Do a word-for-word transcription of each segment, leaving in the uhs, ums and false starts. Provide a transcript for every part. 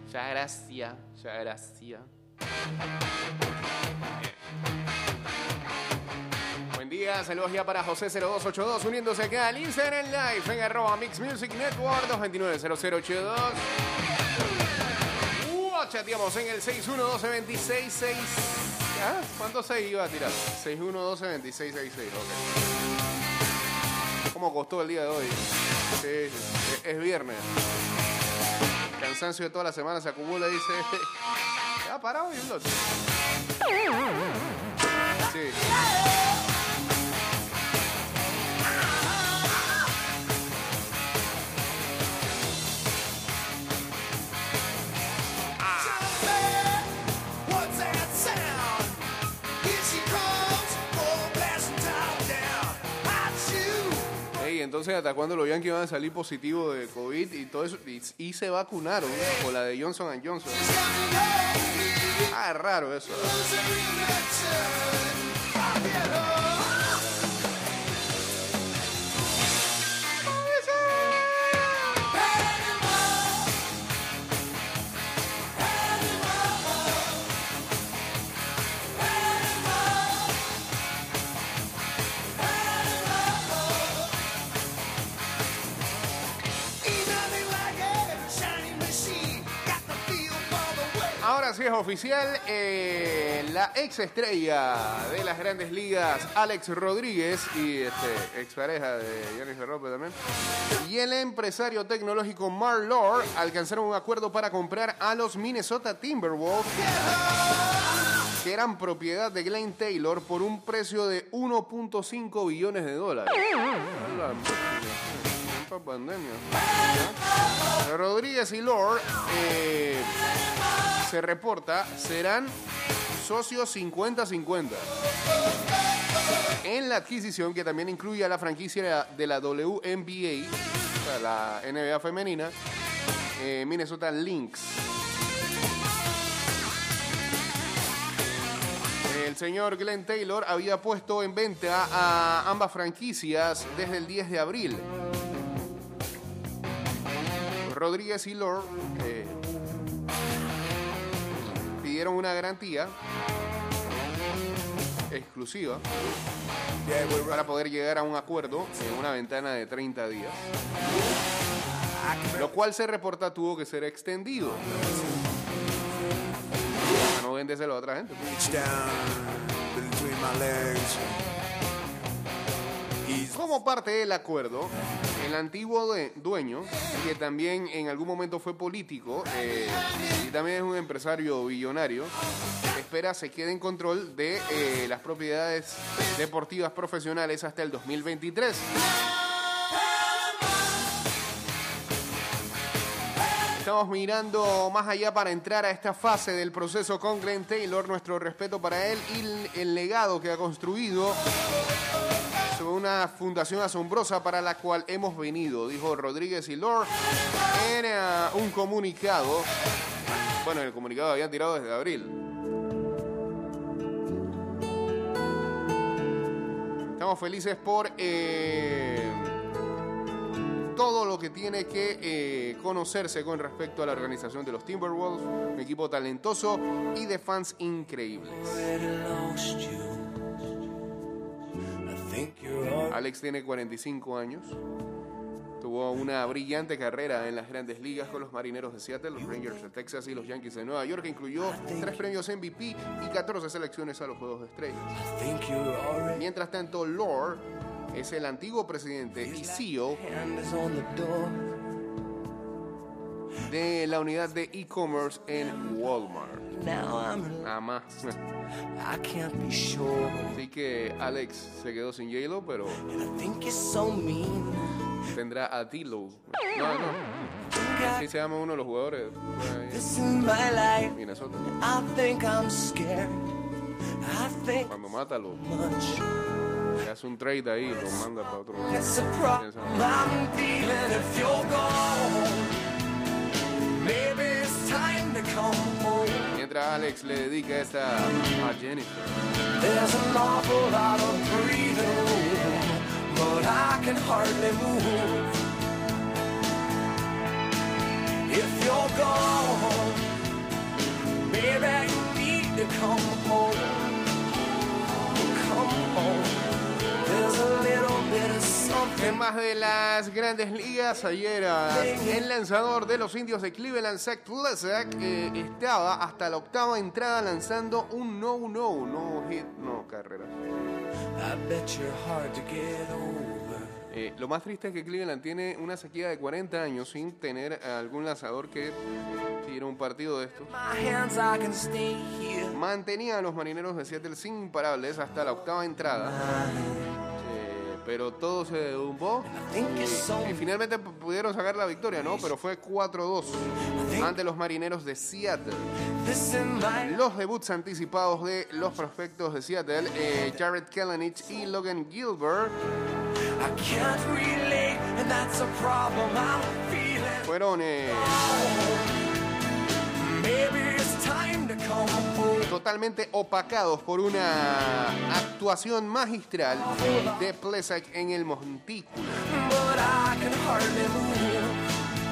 Muchas gracias, muchas gracias. Buen día, saludos ya para José cero dos ocho dos uniéndose acá al Instagram Live en arroba Mix Music Network dos dos nueve cero cero ocho dos. Uh, chateamos en el seis uno uno dos dos seis seis. ¿Ah? ¿Cuánto se iba a tirar? seis uno uno dos dos seis seis seis, ok. ¿Cómo costó el día de hoy? Sí, sí, sí. Es viernes. El cansancio de toda la semana se acumula y dice... ¿Ya ha parado y loco? Sí. Entonces, ¿hasta cuándo los Yankees van a salir positivos de COVID y todo eso? Y, y se vacunaron, ¿no? Con la de Johnson and Johnson. Ah, es raro eso, ¿no? Ahora sí es oficial, eh, la ex estrella de las Grandes Ligas, Alex Rodríguez, y este, ex pareja de Jennifer López también, y el empresario tecnológico Mark Lord alcanzaron un acuerdo para comprar a los Minnesota Timberwolves, que eran propiedad de Glenn Taylor, por un precio de uno punto cinco billones de dólares. Pandemia. Rodríguez y Lord eh, se reporta serán socios cincuenta cincuenta en la adquisición, que también incluye a la franquicia de la W N B A, o sea, la N B A femenina, eh, Minnesota Lynx. El señor Glenn Taylor había puesto en venta a ambas franquicias desde el diez de abril. Rodríguez y Lord eh, pidieron una garantía exclusiva para poder llegar a un acuerdo en una ventana de treinta días, lo cual se reporta tuvo que ser extendido para no vendérselo a otra gente. Como parte del acuerdo, el antiguo de, dueño, que también en algún momento fue político eh, y también es un empresario billonario, espera se quede en control de eh, las propiedades deportivas profesionales hasta el dos mil veintitrés. Estamos mirando más allá para entrar a esta fase del proceso con Glenn Taylor. Nuestro respeto para él y el, el legado que ha construido sobre una fundación asombrosa para la cual hemos venido, dijo Rodríguez y Lord en uh, un comunicado. Bueno, el comunicado habían tirado desde abril. Estamos felices por eh, todo lo que tiene que eh, conocerse con respecto a la organización de los Timberwolves, un equipo talentoso y de fans increíbles. Alex tiene cuarenta y cinco años. Tuvo una brillante carrera en las Grandes Ligas con los Marineros de Seattle, los Rangers de Texas y los Yankees de Nueva York, que incluyó tres premios M V P y catorce selecciones a los Juegos de Estrellas. Mientras tanto, Lord es el antiguo presidente y C E O de la unidad de e-commerce en Walmart. Nada más. Así que Alex se quedó sin J-Lo, pero tendrá a D-Lo. No, no. Así se llama uno de los jugadores de Minnesota. Cuando mata, lo hace un trade ahí y lo manda para otro lado. Mientras Alex le dedica esta a Jennifer. There's an awful lot of breathing room, but I can hardly move. If you're gone, come home. Come home. There's a little bit of something. En más de las grandes ligas, ayer uh, el lanzador de los indios de Cleveland, Zach Plesac, eh, estaba hasta la octava entrada lanzando un no-no, no hit, no carrera. I bet you're hard to get over. Eh, lo más triste es que Cleveland tiene una sequía de cuarenta años sin tener a algún lanzador que tire un partido de estos. My hands, I can stay here. Mantenía a los marineros de Seattle sin imparables hasta la octava entrada. Eh, pero todo se derrumbó y, y finalmente p- pudieron sacar la victoria, ¿no? Pero fue cuatro dos ante los marineros de Seattle. Listen, my Los debuts anticipados de los prospectos de Seattle, eh, Jared Kelenic y Logan Gilbert, I can't relate, and that's a problem I'm feeling. fueron eh, Maybe it's time to come home. totalmente opacados por una actuación magistral de Plesac en el montículo. But I can hardly move.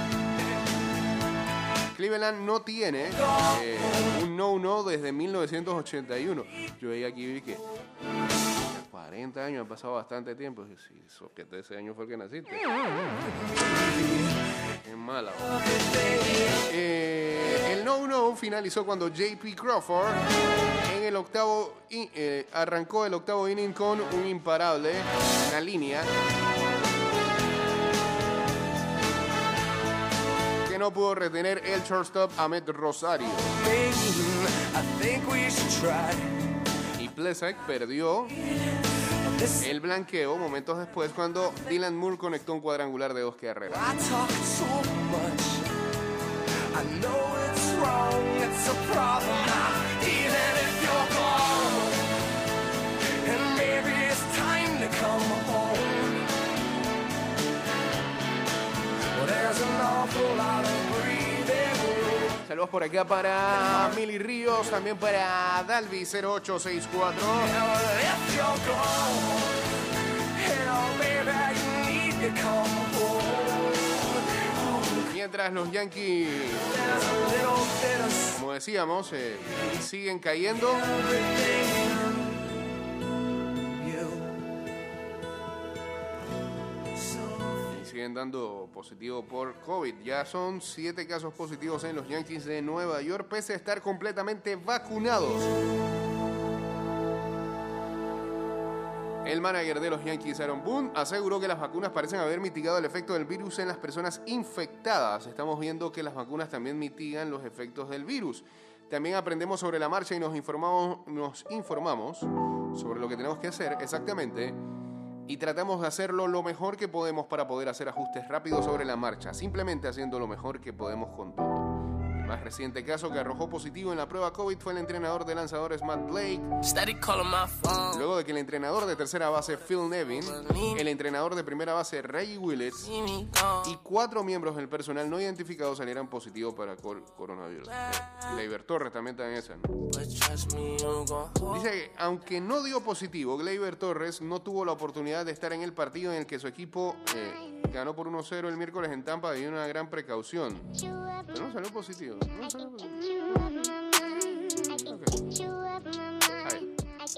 Cleveland no tiene eh, un no-no desde mil novecientos ochenta y uno. Yo veía aquí vi que cuarenta años, han pasado bastante tiempo. Y sí, eso que ese año fue el que naciste. Es mala. Eh, el no-no finalizó cuando J P Crawford en el octavo in- eh, arrancó el octavo inning con un imparable en la línea que no pudo retener el shortstop Ahmed Rosario. Maybe I think we should try. Y Plesac perdió This el blanqueo momentos después cuando Dylan Moore conectó un cuadrangular de dos carreras. I talk so much. I know it's wrong. It's a problem now. Even if you're gone, and maybe it's time to come home. Well, there's an awful lot of breathing room. Saludos por acá para Mili Ríos, también para Dalby cero ocho seis cuatro. Well, if you're gone, hell, baby, you need to come home. Mientras los Yankees, There's a little bit of como decíamos, eh, siguen cayendo. everything in you. Y siguen dando positivo por COVID. Ya son siete casos positivos en los Yankees de Nueva York, pese a estar completamente vacunados. El manager de los Yankees, Aaron Boone, aseguró que las vacunas parecen haber mitigado el efecto del virus en las personas infectadas. Estamos viendo que las vacunas también mitigan los efectos del virus. También aprendemos sobre la marcha y nos informamos, nos informamos sobre lo que tenemos que hacer exactamente y tratamos de hacerlo lo mejor que podemos para poder hacer ajustes rápidos sobre la marcha, simplemente haciendo lo mejor que podemos con todo. El más reciente caso que arrojó positivo en la prueba COVID fue el entrenador de lanzadores Matt Blake, Steady calling my phone. luego de que el entrenador de tercera base Phil Nevin, el entrenador de primera base Reggie Willits See me gone. y cuatro miembros del personal no identificados salieran positivos para cor- coronavirus. Gleyber Torres también está en esa, ¿no? But trust me, you gon' Dice que aunque no dio positivo, Gleyber Torres no tuvo la oportunidad de estar en el partido en el que su equipo eh, ganó por uno cero el miércoles en Tampa debido a una gran precaución. Pero no salió positivo. No salió positivo. Ok. Ahí.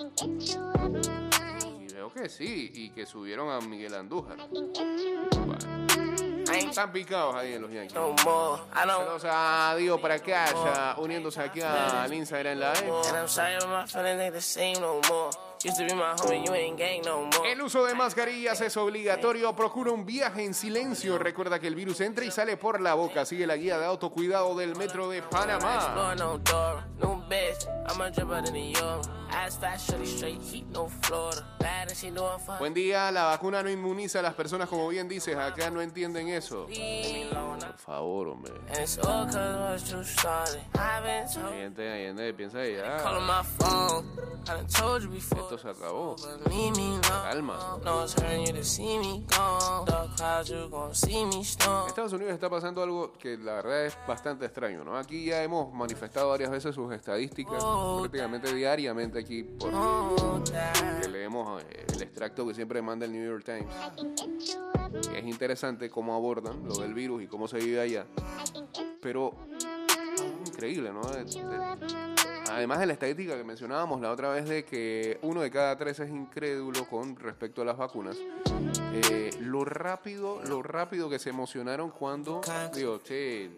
Y veo que sí, y que subieron a Miguel Andújar. Bueno, I ain't están picados ahí en los Yankees. no more. I don't. Saludos a Dio para acá, ya uniéndose aquí al Instagram Live. And I'm sorry, but my feelings ain't the same no more. Used to be my homie, you ain't gang no more. El uso de mascarillas es obligatorio. Procura un viaje en silencio. Recuerda que el virus entra y sale por la boca. Sigue la guía de autocuidado del Metro de Panamá. Explore no door, new bitch. I'm a dripper than New York. Ass fast, shorty straight heat, no Florida. Bad and she doing fine. Buen día. La vacuna no inmuniza a las personas, como bien dices. Acá no entienden eso. Por favor, hombre. And it's all cause I was too started. I've been Hay told, gente, hay gente que piensa que ya calling my phone. I done told you before. esto se acabó. Believe me, no. Calma. No, it's hurting you to see me gone. Dark clouds, you gon' see me En storm. Estados Unidos está pasando algo que la verdad es bastante extraño, ¿no? Aquí ya hemos manifestado varias veces sus estadísticas, prácticamente diariamente aquí, por Oh, que leemos eh, el extracto que siempre manda el New York Times. Es interesante cómo abordan lo del virus y cómo se vive allá. Pero increíble, ¿no? De- de- a además de la estadística que mencionábamos la otra vez de que uno de cada tres es incrédulo con respecto a las vacunas, eh, lo rápido, lo rápido que se emocionaron cuando, digo, che,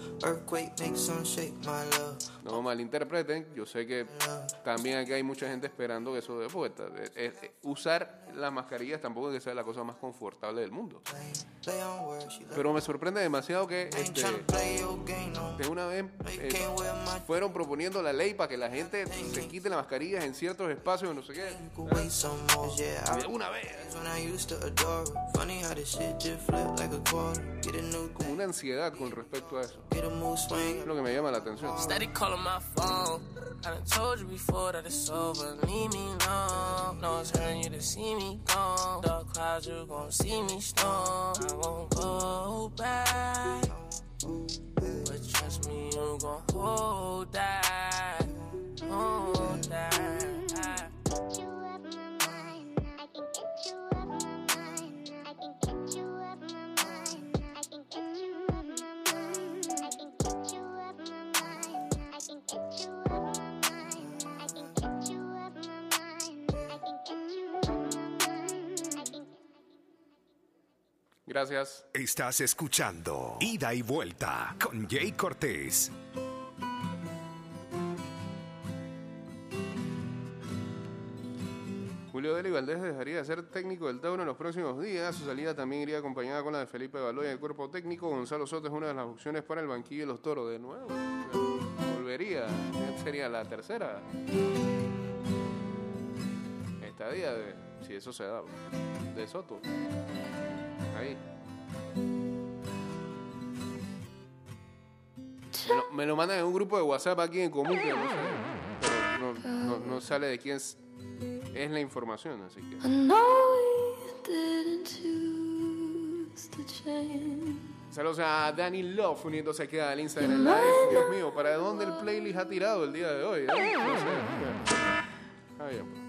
no malinterpreten, yo sé que también aquí hay mucha gente esperando que eso dé vuelta. Eh, eh, usar las mascarillas tampoco es que sea la cosa más confortable del mundo. Pero me sorprende demasiado que este, de una vez eh, fueron proponiendo la ley para que la gente se quite las mascarillas en ciertos espacios, no sé qué. ¿Eh? De una vez. Como una ansiedad con respecto a eso. Es lo que me llama la atención. Gracias. Estás escuchando Ida y Vuelta con Jay Cortés. Julio Deli Valdés dejaría de ser técnico del Tauro en los próximos días. Su salida también iría acompañada con la de Felipe Baloy el cuerpo técnico. Gonzalo Soto es una de las opciones para el banquillo de los Toros. De nuevo, volvería. Sería la tercera estadía de, si eso se da, de Soto. Ahí. Me lo, me lo mandan en un grupo de WhatsApp aquí en común que no sé, pero no, no, no sale de quién es, es la información, así que. Saludos a Danny Love uniéndose aquí al Instagram Live. Dios mío, ¿para dónde el playlist ha tirado el día de hoy? ¿Eh? No sé. Ah, bien.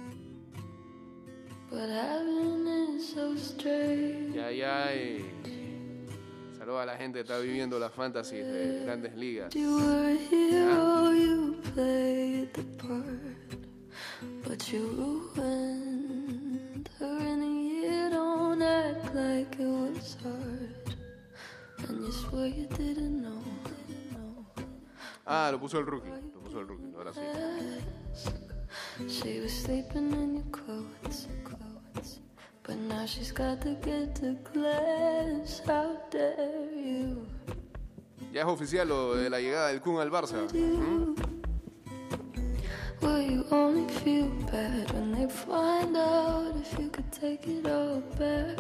Ya, ya. Y saludos a la gente que está viviendo las fantasies de Grandes Ligas. ¿Ah? Ah, lo puso el rookie. Lo puso el rookie, ahora sí. She was sleeping in your clothes, clothes. But now she's got to get to class. How dare you? Ya es oficial lo de la llegada del Kun al Barça. ¿Mm? Will you only feel bad when they find out if you could take it all back?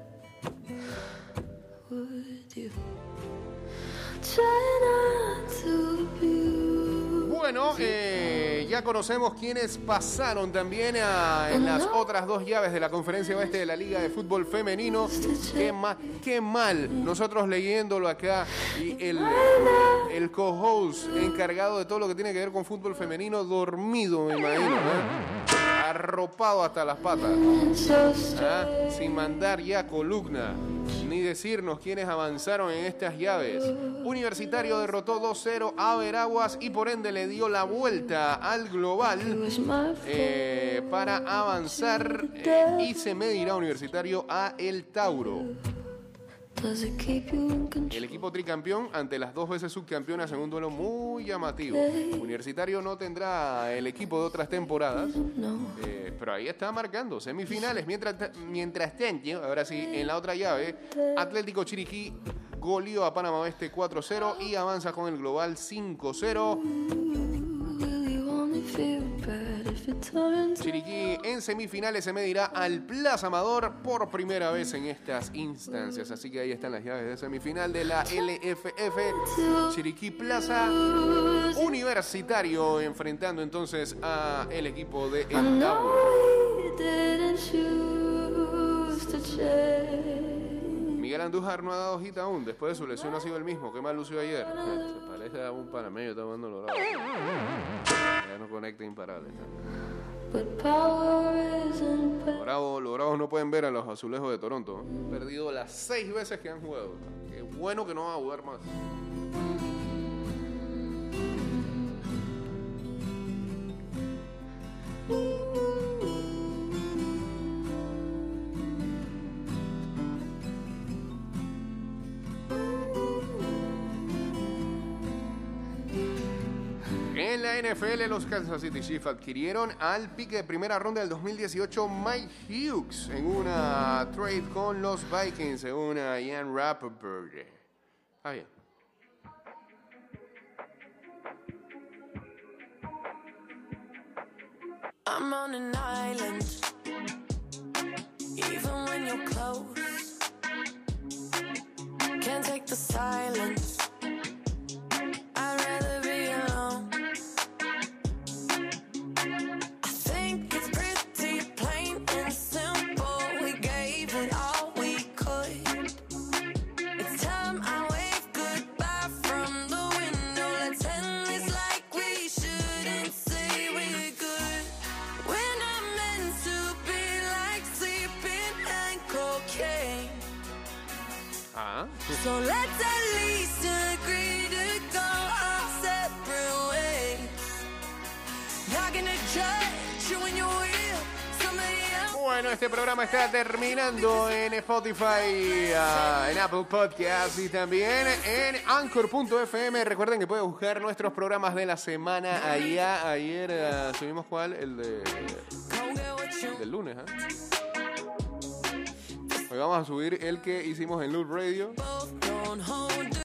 Would you try not to abuse? Bueno, eh, ya conocemos quiénes pasaron también a, en las otras dos llaves de la Conferencia Oeste de la Liga de Fútbol Femenino. Qué, ma, qué mal, nosotros leyéndolo acá y el, el co-host encargado de todo lo que tiene que ver con fútbol femenino dormido, me imagino, ¿eh? Arropado hasta las patas, ¿eh? Sin mandar ya columna ni decirnos quiénes avanzaron en estas llaves. Universitario derrotó dos cero a Veraguas y por ende le dio la vuelta al global eh, para avanzar eh, y se medirá Universitario a el Tauro. El equipo tricampeón ante las dos veces subcampeonas en un duelo muy llamativo. Universitario no tendrá el equipo de otras temporadas, eh, pero ahí está marcando semifinales. Mientras, mientras tanto, ahora sí, en la otra llave, Atlético Chiriquí goleó a Panamá Oeste cuatro cero y avanza con el global cinco cero. Chiriquí en semifinales se medirá al Plaza Amador por primera vez en estas instancias. Así que ahí están las llaves de semifinal de la L F F. Chiriquí Plaza, Universitario enfrentando entonces a el equipo de El Tauro. Miguel Andújar no ha dado hit aún. Después de su lesión ha sido el mismo. Qué mal lució ayer. Se parece a un panameño tomando logrado. Ya no conecta imparable. Los bravos, los bravos no pueden ver a los azulejos de Toronto. Han perdido las seis veces que han jugado. Qué bueno que no van a jugar más. En la N F L, los Kansas City Chiefs adquirieron al pick de primera ronda del dos mil dieciocho Mike Hughes en una trade con los Vikings, según Ian Rappaport. Ah, bien. I'm on an island, even when you're close. Can't take the silence. I'd rather be alone. I think it's pretty plain and simple. We gave it all we could. It's time I wave goodbye from the window. Let's end this like we shouldn't say we're good. We're not meant to be like sleeping and cocaine. Ah. So let's at least agree to go our separate ways. Not gonna judge you when you're with somebody else. Bueno, este programa está terminando en Spotify, uh, en Apple Podcasts y también en Anchor punto F M. Recuerden que pueden buscar nuestros programas de la semana allá. Ayer uh, subimos cuál, el de del lunes, ¿eh? Hoy vamos a subir el que hicimos en Loop Radio. Don't hold